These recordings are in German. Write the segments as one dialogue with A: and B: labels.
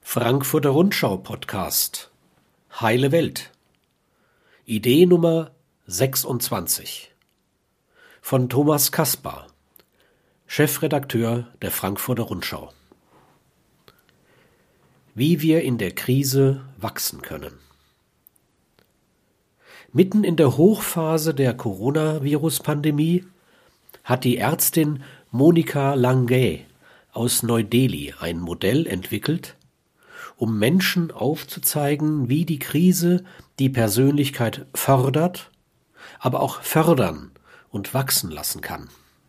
A: Frankfurter Rundschau-Podcast Heile Welt. Idee Nummer 26 von Thomas Caspar, Chefredakteur der Frankfurter Rundschau. Wie wir in der Krise wachsen können. Mitten in der Hochphase der Coronavirus-Pandemie hat die Ärztin Monica Lange aus Neu-Delhi ein Modell entwickelt, um Menschen aufzuzeigen, wie die Krise die Persönlichkeit fördert, aber auch fördern und wachsen lassen kann.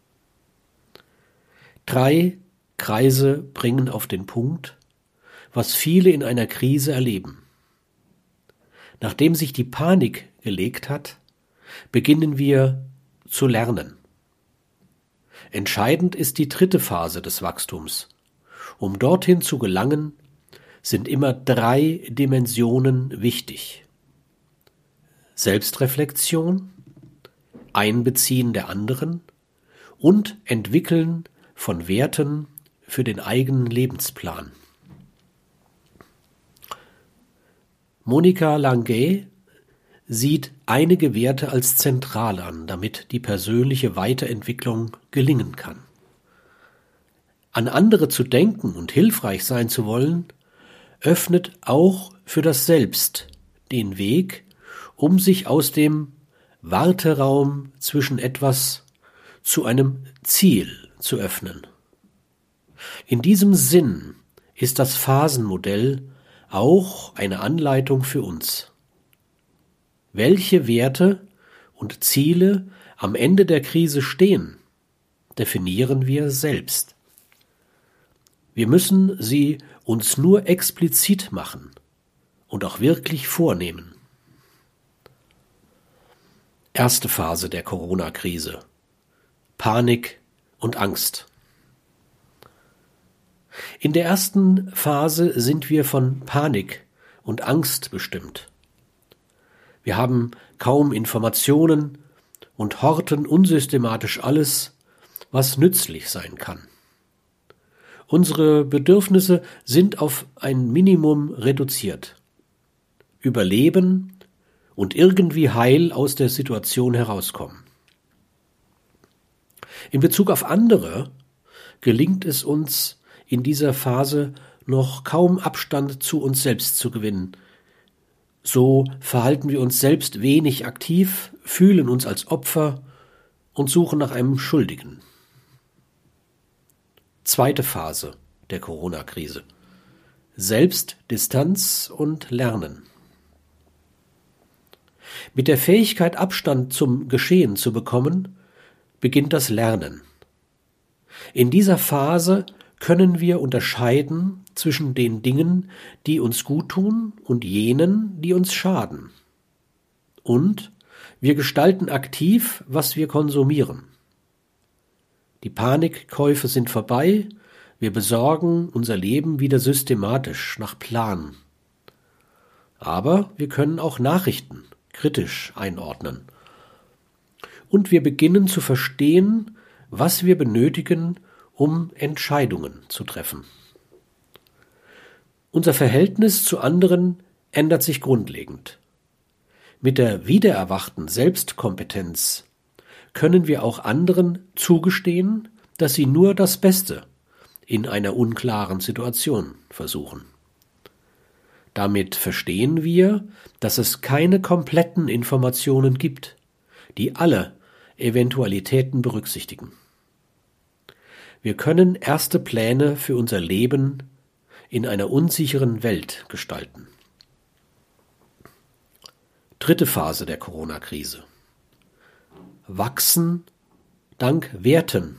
A: 3 Kreise bringen auf den Punkt, was viele in einer Krise erleben. Nachdem sich die Panik gelegt hat, beginnen wir zu lernen. Entscheidend ist die 3. Phase des Wachstums. Um dorthin zu gelangen, sind immer 3 Dimensionen wichtig. Selbstreflexion, Einbeziehen der anderen und Entwickeln von Werten für den eigenen Lebensplan. Monica Lange sieht einige Werte als zentral an, damit die persönliche Weiterentwicklung gelingen kann. An andere zu denken und hilfreich sein zu wollen, öffnet auch für das Selbst den Weg, um sich aus dem Warteraum zwischen etwas zu einem Ziel zu öffnen. In diesem Sinn ist das Phasenmodell auch eine Anleitung für uns. Welche Werte und Ziele am Ende der Krise stehen, definieren wir selbst. Wir müssen sie uns nur explizit machen und auch wirklich vornehmen. 1. Phase der Corona-Krise: Panik und Angst. In der 1. Phase sind wir von Panik und Angst bestimmt. Wir haben kaum Informationen und horten unsystematisch alles, was nützlich sein kann. Unsere Bedürfnisse sind auf ein Minimum reduziert. Überleben und irgendwie heil aus der Situation herauskommen. In Bezug auf andere gelingt es uns in dieser Phase noch kaum Abstand zu uns selbst zu gewinnen. So verhalten wir uns selbst wenig aktiv, fühlen uns als Opfer und suchen nach einem Schuldigen. 2. Phase der Corona-Krise: Selbstdistanz und Lernen. Mit der Fähigkeit, Abstand zum Geschehen zu bekommen, beginnt das Lernen. In dieser Phase können wir unterscheiden zwischen den Dingen, die uns guttun, und jenen, die uns schaden. Und wir gestalten aktiv, was wir konsumieren. Die Panikkäufe sind vorbei, wir besorgen unser Leben wieder systematisch, nach Plan. Aber wir können auch Nachrichten kritisch einordnen. Und wir beginnen zu verstehen, was wir benötigen, um Entscheidungen zu treffen. Unser Verhältnis zu anderen ändert sich grundlegend. Mit der wiedererwachten Selbstkompetenz können wir auch anderen zugestehen, dass sie nur das Beste in einer unklaren Situation versuchen. Damit verstehen wir, dass es keine kompletten Informationen gibt, die alle Eventualitäten berücksichtigen. Wir können erste Pläne für unser Leben in einer unsicheren Welt gestalten. 3. Phase der Corona-Krise: Wachsen dank Werten.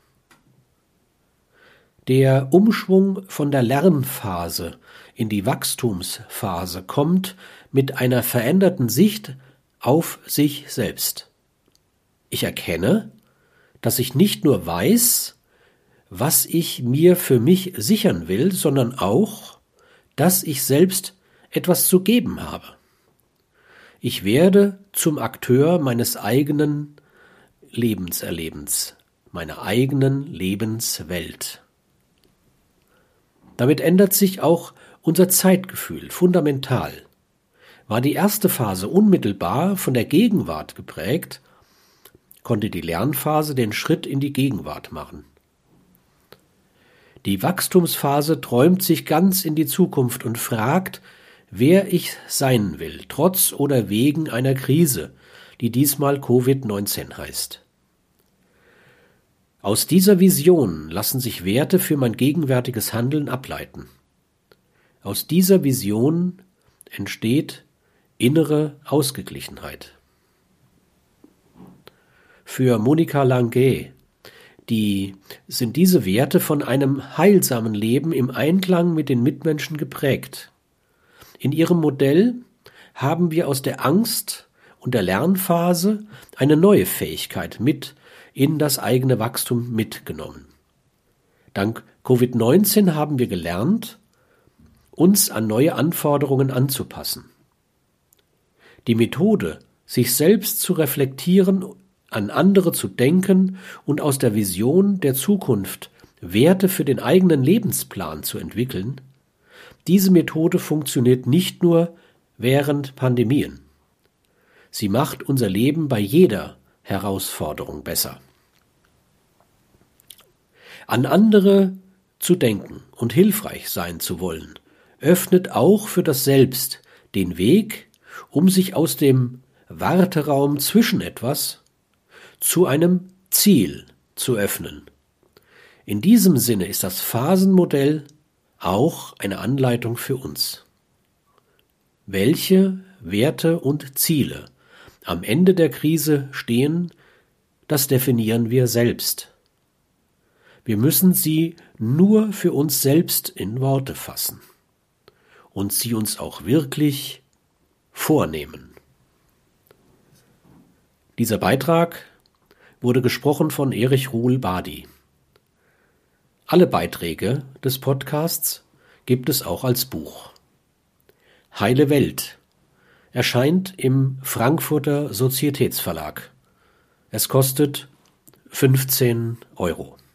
A: Der Umschwung von der Lernphase in die Wachstumsphase kommt mit einer veränderten Sicht auf sich selbst. Ich erkenne, dass ich nicht nur weiß, was ich mir für mich sichern will, sondern auch, dass ich selbst etwas zu geben habe. Ich werde zum Akteur meines eigenen Lebenserlebens, meiner eigenen Lebenswelt. Damit ändert sich auch unser Zeitgefühl fundamental. War die erste Phase unmittelbar von der Gegenwart geprägt, konnte die Lernphase den Schritt in die Gegenwart machen. Die Wachstumsphase träumt sich ganz in die Zukunft und fragt, wer ich sein will, trotz oder wegen einer Krise, die diesmal Covid-19 heißt. Aus dieser Vision lassen sich Werte für mein gegenwärtiges Handeln ableiten. Aus dieser Vision entsteht innere Ausgeglichenheit. Für Monika Lange sind diese Werte von einem heilsamen Leben im Einklang mit den Mitmenschen geprägt. In ihrem Modell haben wir aus der Angst und der Lernphase eine neue Fähigkeit mit in das eigene Wachstum mitgenommen. Dank Covid-19 haben wir gelernt, uns an neue Anforderungen anzupassen. Die Methode, sich selbst zu reflektieren, an andere zu denken und aus der Vision der Zukunft Werte für den eigenen Lebensplan zu entwickeln, diese Methode funktioniert nicht nur während Pandemien. Sie macht unser Leben bei jeder Herausforderung besser. An andere zu denken und hilfreich sein zu wollen, öffnet auch für das Selbst den Weg, um sich aus dem Warteraum zwischen etwas zu einem Ziel zu öffnen. In diesem Sinne ist das Phasenmodell auch eine Anleitung für uns. Welche Werte und Ziele am Ende der Krise stehen, das definieren wir selbst. Wir müssen sie nur für uns selbst in Worte fassen und sie uns auch wirklich vornehmen. Dieser Beitrag wurde gesprochen von Erich Ruhl-Badi. Alle Beiträge des Podcasts gibt es auch als Buch. Heile Welt erscheint im Frankfurter Sozietätsverlag. Es kostet 15 €.